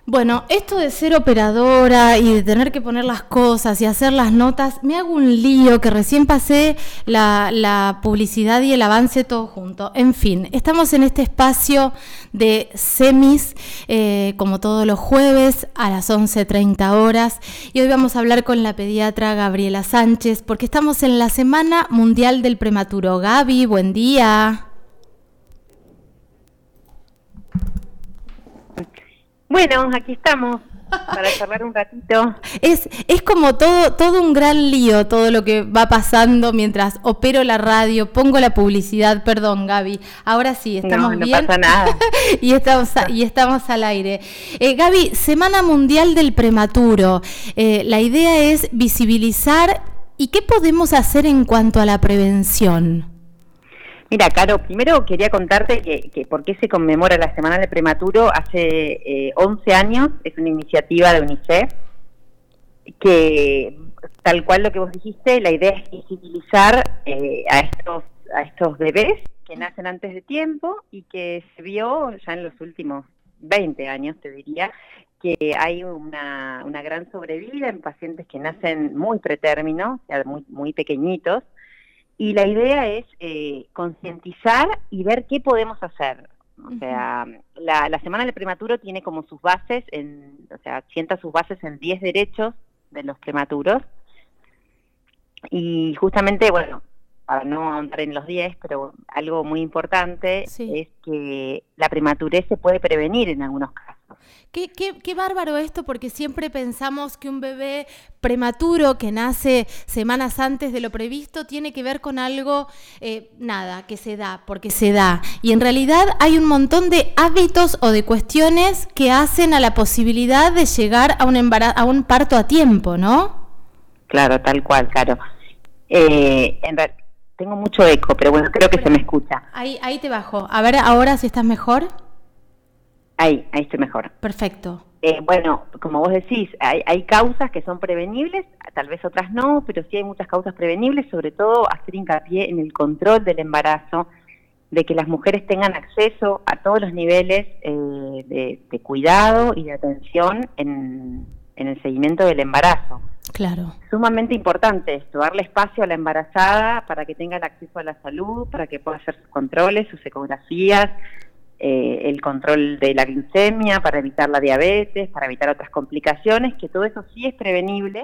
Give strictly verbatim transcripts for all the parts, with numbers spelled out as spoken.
Bueno, esto de ser operadora y de tener que poner las cosas y hacer las notas, me hago un lío que recién pasé la, la publicidad y el avance todo junto. En fin, estamos en este espacio de semis, eh, como todos los jueves a las once treinta horas, y hoy vamos a hablar con la pediatra Gabriela Sánchez, porque estamos en la Semana Mundial del Prematuro. Gaby, buen día. Bueno, aquí estamos para charlar un ratito. Es, es como todo, todo un gran lío, todo lo que va pasando mientras opero la radio, pongo la publicidad. Perdón, Gaby. Ahora sí, estamos no, no bien. No pasa nada. y, estamos a, y estamos al aire. Eh, Gaby, Semana Mundial del Prematuro. Eh, la idea es visibilizar. ¿Y qué podemos hacer en cuanto a la prevención? Mira, Caro, primero quería contarte que, que por qué se conmemora la Semana del Prematuro. Hace eh, once años, es una iniciativa de UNICEF, que tal cual lo que vos dijiste, la idea es visibilizar eh, a estos a estos bebés que nacen antes de tiempo y que se vio ya en los últimos veinte años, te diría, que hay una, una gran sobrevida en pacientes que nacen muy pretérmino, o sea, muy, muy pequeñitos. Y la idea es eh, concientizar y ver qué podemos hacer. O uh-huh. sea, la, la Semana del Prematuro tiene como sus bases, en, o sea, sienta sus bases en diez derechos de los prematuros. Y justamente, bueno, para no ahondar en los diez, pero algo muy importante sí. es que la prematurez se puede prevenir en algunos casos. Qué, qué, qué bárbaro esto, porque siempre pensamos que un bebé prematuro que nace semanas antes de lo previsto tiene que ver con algo, eh, nada, que se da, porque se da. Y en realidad hay un montón de hábitos o de cuestiones que hacen a la posibilidad de llegar a un embarazo, a un parto a tiempo, ¿no? Claro, tal cual, claro. Eh, en realidad, tengo mucho eco, pero bueno, creo que se me escucha. Ahí, ahí te bajo. A ver, ahora si estás mejor. Ahí, ahí estoy mejor. Perfecto. Eh, bueno, como vos decís, hay, hay causas que son prevenibles, tal vez otras no, pero sí hay muchas causas prevenibles, sobre todo hacer hincapié en el control del embarazo, de que las mujeres tengan acceso a todos los niveles eh, de, de cuidado y de atención en, en el seguimiento del embarazo. Claro. Sumamente importante esto, darle espacio a la embarazada para que tenga el acceso a la salud, para que pueda hacer sus controles, sus ecografías, Eh, el control de la glucemia, para evitar la diabetes, para evitar otras complicaciones, que todo eso sí es prevenible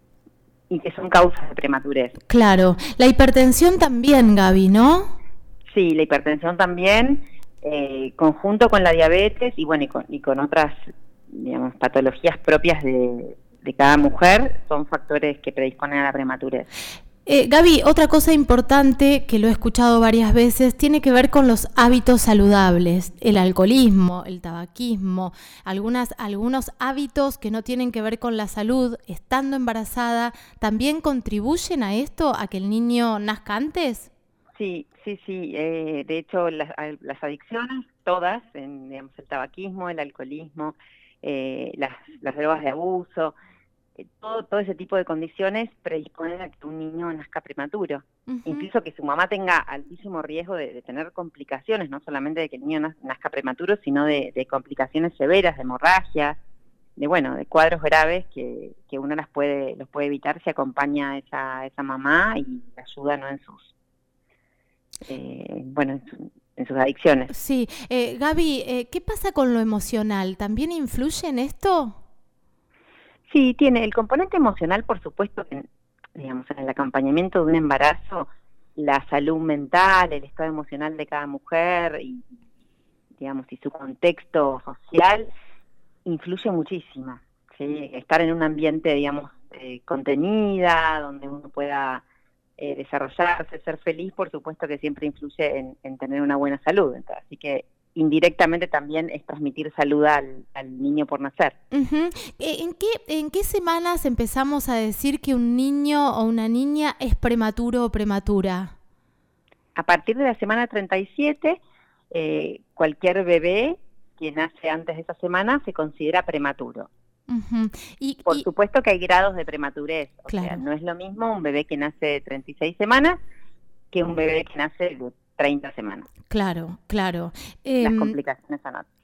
y que son causas de prematurez. Claro, la hipertensión también, Gaby, ¿no? Sí, la hipertensión también, eh, conjunto con la diabetes y bueno y con, y con otras, digamos, patologías propias de, de cada mujer, son factores que predisponen a la prematurez. Eh, Gaby, otra cosa importante que lo he escuchado varias veces tiene que ver con los hábitos saludables, el alcoholismo, el tabaquismo, algunas, algunos hábitos que no tienen que ver con la salud, estando embarazada, ¿también contribuyen a esto, a que el niño nazca antes? Sí, sí, sí, eh, de hecho las, las adicciones, todas, en, digamos, el tabaquismo, el alcoholismo, eh, las, las drogas de abuso, Todo, todo ese tipo de condiciones predisponen a que un niño nazca prematuro. Uh-huh. Incluso que su mamá tenga altísimo riesgo de, de tener complicaciones, no solamente de que el niño nazca prematuro, sino de, de complicaciones severas, de hemorragias, de bueno, de cuadros graves que, que uno las puede, los puede evitar si acompaña a esa, a esa mamá y ayuda, ¿no?, en sus eh, bueno, en, su, en sus adicciones. Sí, eh, Gaby, eh, ¿qué pasa con lo emocional? ¿También influye en esto? Sí, tiene el componente emocional, por supuesto, que, digamos, en el acompañamiento de un embarazo, la salud mental, el estado emocional de cada mujer y, digamos, y su contexto social influye muchísimo, ¿sí? Estar en un ambiente, digamos, eh, contenida, donde uno pueda eh, desarrollarse, ser feliz, por supuesto que siempre influye en, en tener una buena salud. Entonces, así que indirectamente también es transmitir salud al, al niño por nacer. Uh-huh. ¿En qué, ¿En qué semanas empezamos a decir que un niño o una niña es prematuro o prematura? A partir de la semana treinta y siete, eh, cualquier bebé que nace antes de esa semana se considera prematuro. Uh-huh. y, por y... supuesto que hay grados de prematurez, o claro. sea, no es lo mismo un bebé que nace de treinta y seis semanas que un bebé que nace de treinta semanas. Claro, claro. Las eh, complicaciones son otras.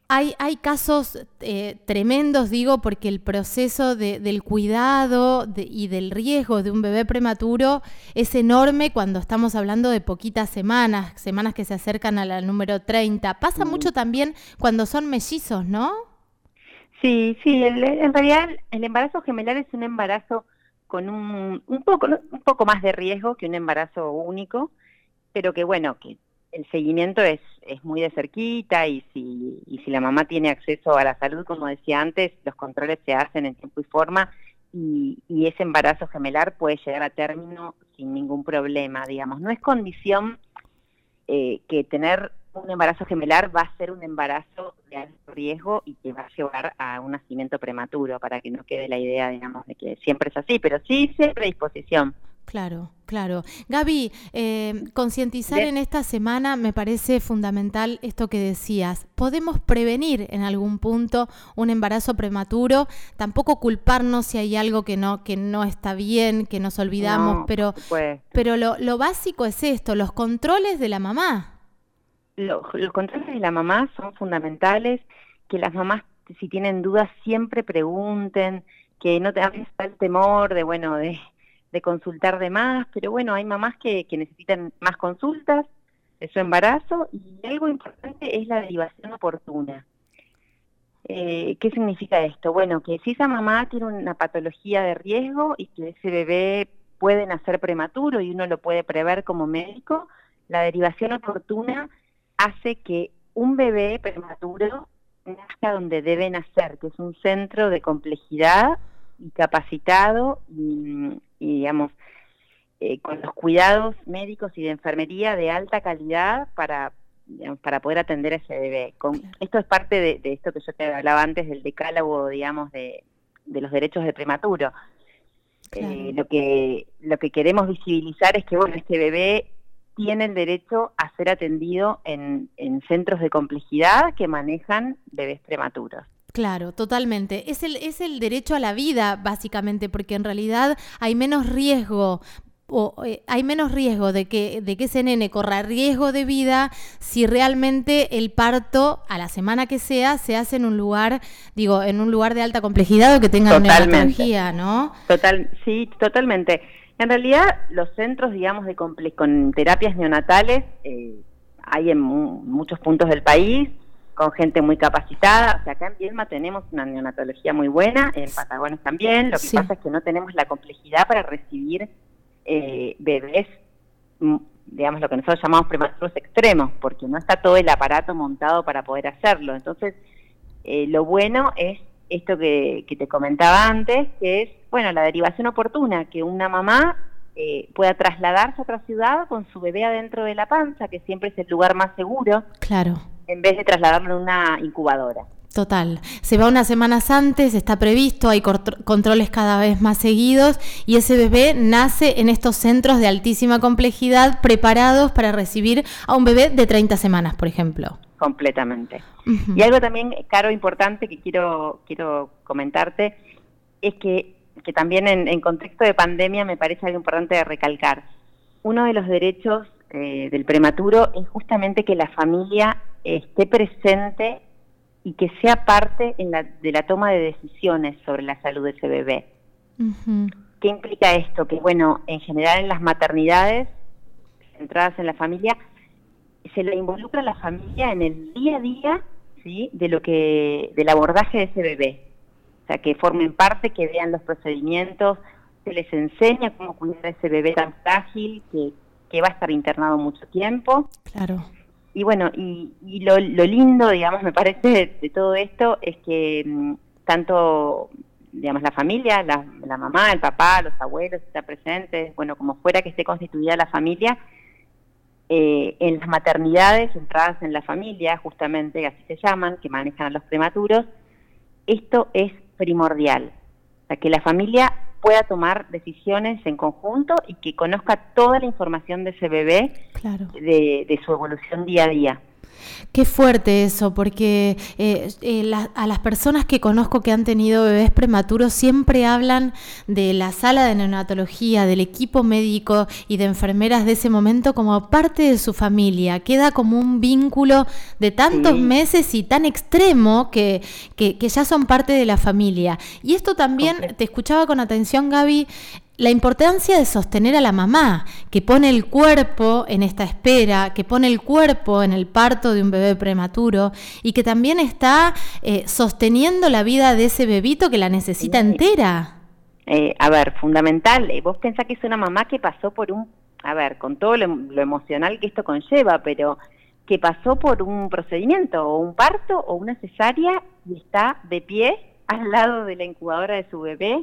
Hay, hay casos eh, tremendos, digo, porque el proceso de, del cuidado de, y del riesgo de un bebé prematuro es enorme cuando estamos hablando de poquitas semanas, semanas que se acercan a la número treinta. Pasa Mm. mucho también cuando son mellizos, ¿no? Sí, sí, el- en realidad el embarazo gemelar es un embarazo con un, un poco, ¿no? un poco más de riesgo que un embarazo único, pero que bueno, que el seguimiento es, es muy de cerquita y si, y si la mamá tiene acceso a la salud, como decía antes, los controles se hacen en tiempo y forma y, y ese embarazo gemelar puede llegar a término sin ningún problema, digamos. No es condición eh, que tener un embarazo gemelar va a ser un embarazo de alto riesgo y que va a llevar a un nacimiento prematuro, para que no quede la idea, digamos, de que siempre es así, pero sí siempre hay predisposición. Claro, claro. Gaby, eh, concientizar De- en esta semana me parece fundamental esto que decías. Podemos prevenir en algún punto un embarazo prematuro, tampoco culparnos si hay algo que no, que no está bien, que nos olvidamos, No, pero, por supuesto. pero lo, lo básico es esto, los controles de la mamá. Lo- los controles de la mamá son fundamentales, que las mamás, si tienen dudas, siempre pregunten, que no te a veces está el temor de, bueno, de, de consultar de más, pero bueno, hay mamás que, que necesitan más consultas de su embarazo y algo importante es la derivación oportuna. Eh, ¿qué significa esto? Bueno, que si esa mamá tiene una patología de riesgo y que ese bebé puede nacer prematuro y uno lo puede prever como médico, la derivación oportuna hace que un bebé prematuro nazca donde debe nacer, que es un centro de complejidad y capacitado y, y digamos, eh, con los cuidados médicos y de enfermería de alta calidad para, digamos, para poder atender a ese bebé. Con, Claro. Esto es parte de, de esto que yo te hablaba antes del decálogo, digamos, de, de los derechos del prematuro. Claro. Eh, lo que lo que queremos visibilizar es que, bueno, este bebé tiene el derecho a ser atendido en, en centros de complejidad que manejan bebés prematuros. Claro, totalmente. Es el, es el derecho a la vida, básicamente, porque en realidad hay menos riesgo. O eh, hay menos riesgo de que, de que ese nene corra riesgo de vida si realmente el parto, a la semana que sea, se hace en un lugar, digo, en un lugar de alta complejidad o que tenga neonatología, ¿no? Total, sí, totalmente. En realidad, los centros, digamos, de comple con terapias neonatales eh, hay en mu muchos puntos del país, con gente muy capacitada. O sea, acá en Viedma tenemos una neonatología muy buena, en Patagones también. Lo que Sí. pasa es que no tenemos la complejidad para recibir eh, bebés, digamos, lo que nosotros llamamos prematuros extremos, porque no está todo el aparato montado para poder hacerlo. Entonces, eh, lo bueno es esto que, que te comentaba antes, que es, bueno, la derivación oportuna, que una mamá eh, pueda trasladarse a otra ciudad con su bebé adentro de la panza, que siempre es el lugar más seguro, Claro. en vez de trasladarlo en una incubadora. Total. Se va unas semanas antes, está previsto, hay controles cada vez más seguidos y ese bebé nace en estos centros de altísima complejidad preparados para recibir a un bebé de treinta semanas, por ejemplo. Completamente. Uh-huh. Y algo también, Caro, importante que quiero quiero comentarte, es que, que también en, en contexto de pandemia me parece algo importante de recalcar. Uno de los derechos eh, del prematuro es justamente que la familia esté presente y que sea parte en la, de la toma de decisiones sobre la salud de ese bebé. Uh-huh. ¿Qué implica esto? Que, bueno, en general en las maternidades centradas en la familia, se le involucra a la familia en el día a día, ¿sí?, de lo que, del abordaje de ese bebé. O sea, que formen parte, que vean los procedimientos, se les enseña cómo cuidar a ese bebé tan frágil, que, que va a estar internado mucho tiempo. Claro. Y bueno, y, y lo, lo lindo, digamos, me parece, de, de todo esto, es que mmm, tanto, digamos, la familia, la, la mamá, el papá, los abuelos, están presentes, bueno, como fuera que esté constituida la familia, eh, en las maternidades centradas en la familia, justamente, así se llaman, que manejan a los prematuros, esto es primordial. O sea, que la familia pueda tomar decisiones en conjunto y que conozca toda la información de ese bebé, Claro. de, de su evolución día a día. Qué fuerte eso, porque eh, eh, la, a las personas que conozco que han tenido bebés prematuros siempre hablan de la sala de neonatología, del equipo médico y de enfermeras de ese momento como parte de su familia. Queda como un vínculo de tantos sí. meses y tan extremo que, que, que ya son parte de la familia. Y esto también, okay. te escuchaba con atención, Gaby, la importancia de sostener a la mamá, que pone el cuerpo en esta espera, que pone el cuerpo en el parto de un bebé prematuro y que también está eh, sosteniendo la vida de ese bebito que la necesita sí. entera. Eh, a ver, fundamental, eh, vos pensás que es una mamá que pasó por un, a ver, con todo lo, lo emocional que esto conlleva, pero que pasó por un procedimiento, o un parto, o una cesárea, y está de pie al lado de la incubadora de su bebé,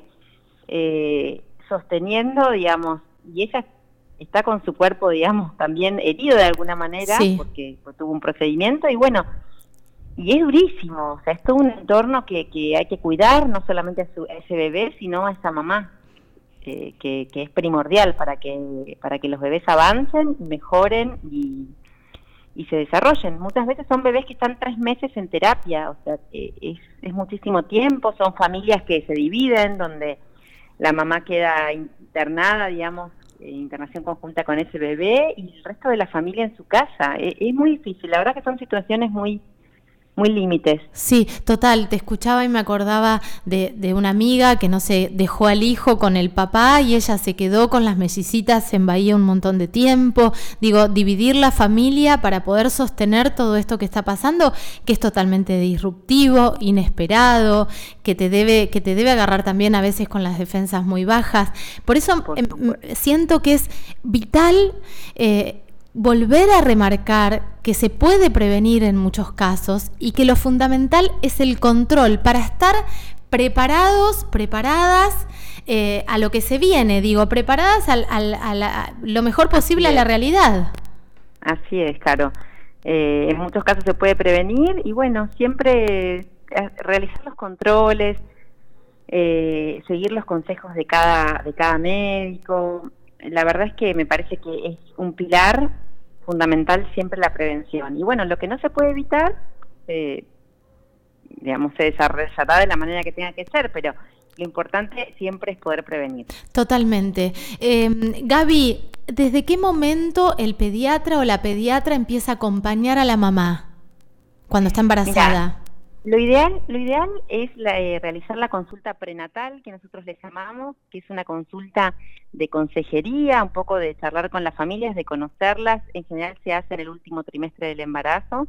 eh, sosteniendo, digamos, y ella está con su cuerpo, digamos, también herido de alguna manera, sí. porque pues, tuvo un procedimiento, y bueno, y es durísimo, o sea, es todo un entorno que, que hay que cuidar, no solamente a, su, a ese bebé, sino a esa mamá, eh, que, que es primordial para que, para que los bebés avancen, mejoren y, y se desarrollen. Muchas veces son bebés que están tres meses en terapia, o sea, eh, es, es muchísimo tiempo, son familias que se dividen, donde la mamá queda internada, digamos, en internación conjunta con ese bebé y el resto de la familia en su casa. Es, es muy difícil, la verdad que son situaciones muy muy límites. Sí, total, te escuchaba y me acordaba de, de una amiga que, no sé, dejó al hijo con el papá y ella se quedó con las mellicitas en Bahía un montón de tiempo. Digo, dividir la familia para poder sostener todo esto que está pasando, que es totalmente disruptivo, inesperado, que te debe, que te debe agarrar también a veces con las defensas muy bajas. Por eso Por eh, siento que es vital eh, volver a remarcar que se puede prevenir en muchos casos y que lo fundamental es el control para estar preparados, preparadas eh, a lo que se viene, digo, preparadas al, al, a, la, a lo mejor posible a la realidad. Así es, Caro. Eh, en muchos casos se puede prevenir y bueno, siempre eh, realizar los controles, eh, seguir los consejos de cada, de cada médico. La verdad es que me parece que es un pilar fundamental siempre la prevención. Y bueno, lo que no se puede evitar, eh, digamos, se desarrollará de la manera que tenga que ser, pero lo importante siempre es poder prevenir. Totalmente. Eh, Gaby, ¿desde qué momento el pediatra o la pediatra empieza a acompañar a la mamá cuando está embarazada? Mirá, Lo ideal, lo ideal es la, eh, realizar la consulta prenatal, que nosotros le llamamos, que es una consulta de consejería, un poco de charlar con las familias, de conocerlas. En general se hace en el último trimestre del embarazo.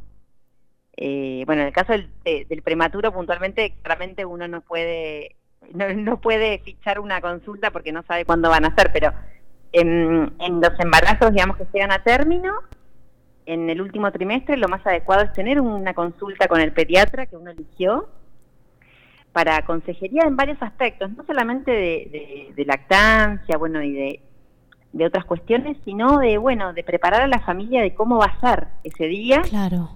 Eh, bueno, en el caso del, de, del prematuro, puntualmente, claramente uno no puede, no, no puede fichar una consulta porque no sabe cuándo van a ser, pero en, en los embarazos, digamos, que llegan a término, en el último trimestre lo más adecuado es tener una consulta con el pediatra que uno eligió para consejería en varios aspectos, no solamente de, de, de lactancia, bueno, y de, de otras cuestiones, sino de, bueno, de preparar a la familia de cómo va a ser ese día. Claro.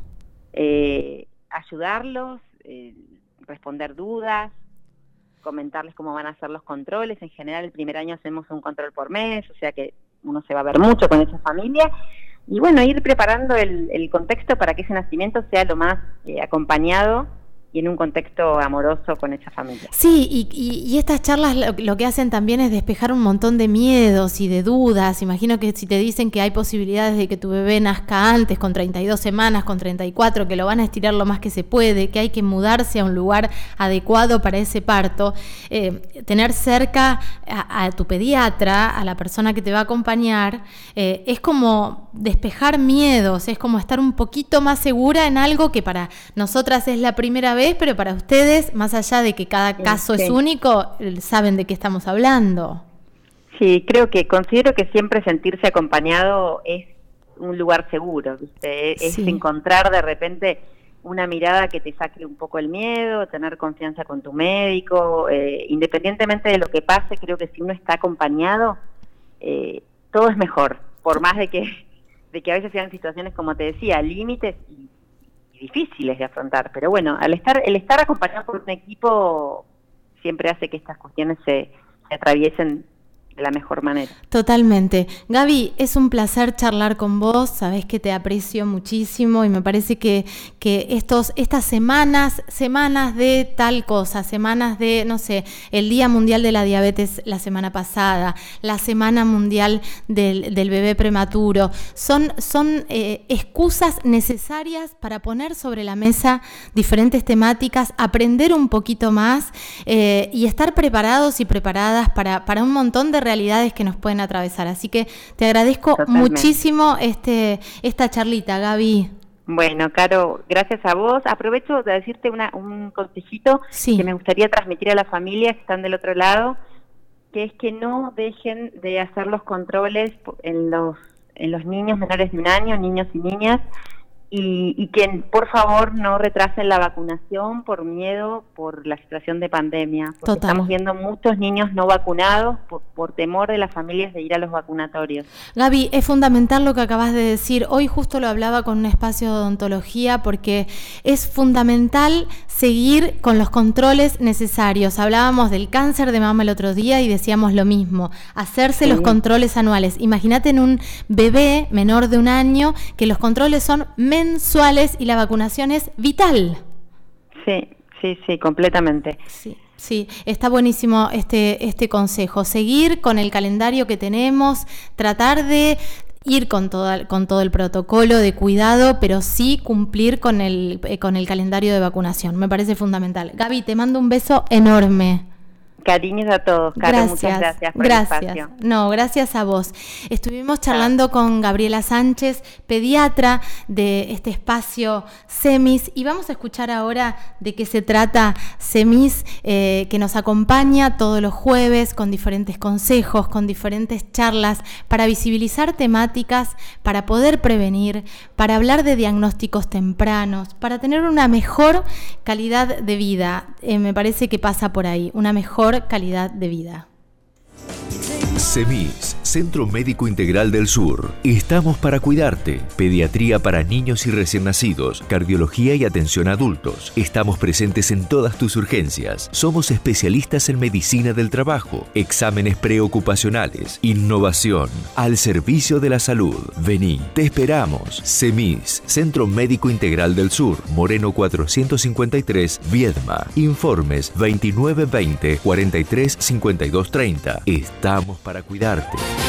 Eh, ayudarlos, eh, responder dudas, comentarles cómo van a ser los controles. En general el primer año hacemos un control por mes, o sea que uno se va a ver mucho con esa familia. Y bueno, ir preparando el, el contexto para que ese nacimiento sea lo más eh, acompañado y en un contexto amoroso con esa familia. Sí, y, y, y estas charlas lo, lo que hacen también es despejar un montón de miedos y de dudas. Imagino que si te dicen que hay posibilidades de que tu bebé nazca antes, con treinta y dos semanas, con treinta y cuatro, que lo van a estirar lo más que se puede, que hay que mudarse a un lugar adecuado para ese parto, eh, tener cerca a, a tu pediatra, a la persona que te va a acompañar, eh, es como despejar miedos, es como estar un poquito más segura en algo que para nosotras es la primera vez, pero para ustedes, más allá de que cada caso sí. es único, saben de qué estamos hablando. Sí, creo que considero que siempre sentirse acompañado es un lugar seguro, ¿viste? Es sí. encontrar de repente una mirada que te saque un poco el miedo, tener confianza con tu médico, eh, independientemente de lo que pase, creo que si uno está acompañado, eh, todo es mejor, por más de que, de que a veces sean situaciones, como te decía, límites y difíciles de afrontar, pero bueno, al estar el estar acompañado por un equipo siempre hace que estas cuestiones se, se atraviesen de la mejor manera. Totalmente. Gaby, es un placer charlar con vos, sabés que te aprecio muchísimo y me parece que, que estos, estas semanas, semanas de tal cosa, semanas de, no sé, el Día Mundial de la Diabetes la semana pasada, la Semana Mundial del, del Bebé Prematuro, son, son eh, excusas necesarias para poner sobre la mesa diferentes temáticas, aprender un poquito más eh, y estar preparados y preparadas para, para un montón de realidades que nos pueden atravesar. Así que te agradezco Totalmente. muchísimo este, esta charlita, Gaby. Bueno, Caro, gracias a vos. Aprovecho de decirte una, un consejito sí. que me gustaría transmitir a las familias que están del otro lado, que es que no dejen de hacer los controles en los, en los niños menores de un año, niños y niñas, Y, y que por favor no retrasen la vacunación por miedo, por la situación de pandemia, porque Total. estamos viendo muchos niños no vacunados por, por temor de las familias de ir a los vacunatorios. Gaby, es fundamental lo que acabas de decir. Hoy justo lo hablaba con un espacio de odontología porque es fundamental seguir con los controles necesarios. Hablábamos del cáncer de mama el otro día y decíamos lo mismo, hacerse sí. los controles anuales. Imagínate en un bebé menor de un año que los controles son mensuales y la vacunación es vital. Sí, sí, sí, completamente. Sí, sí, está buenísimo este, este consejo. Seguir con el calendario que tenemos, tratar de ir con todo, con todo el protocolo de cuidado, pero sí cumplir con el, eh, con el calendario de vacunación. Me parece fundamental. Gaby, te mando un beso enorme. Cariños a todos, Caro, gracias, muchas gracias por gracias. el espacio. No, gracias a vos. Estuvimos charlando ah. con Gabriela Sánchez, pediatra de este espacio SEMIS, y vamos a escuchar ahora de qué se trata SEMIS, eh, que nos acompaña todos los jueves con diferentes consejos, con diferentes charlas para visibilizar temáticas, para poder prevenir, para hablar de diagnósticos tempranos, para tener una mejor calidad de vida. Eh, me parece que pasa por ahí, una mejor calidad de vida. SEMIS, Centro Médico Integral del Sur. Estamos para cuidarte. Pediatría para niños y recién nacidos, cardiología y atención a adultos. Estamos presentes en todas tus urgencias. Somos especialistas en medicina del trabajo, exámenes preocupacionales, innovación, al servicio de la salud. Vení, te esperamos. SEMIS, Centro Médico Integral del Sur, Moreno cuatrocientos cincuenta y tres, Viedma. Informes veintinueve veinte, cuarenta y tres cincuenta y dos treinta. Estamos para cuidarte.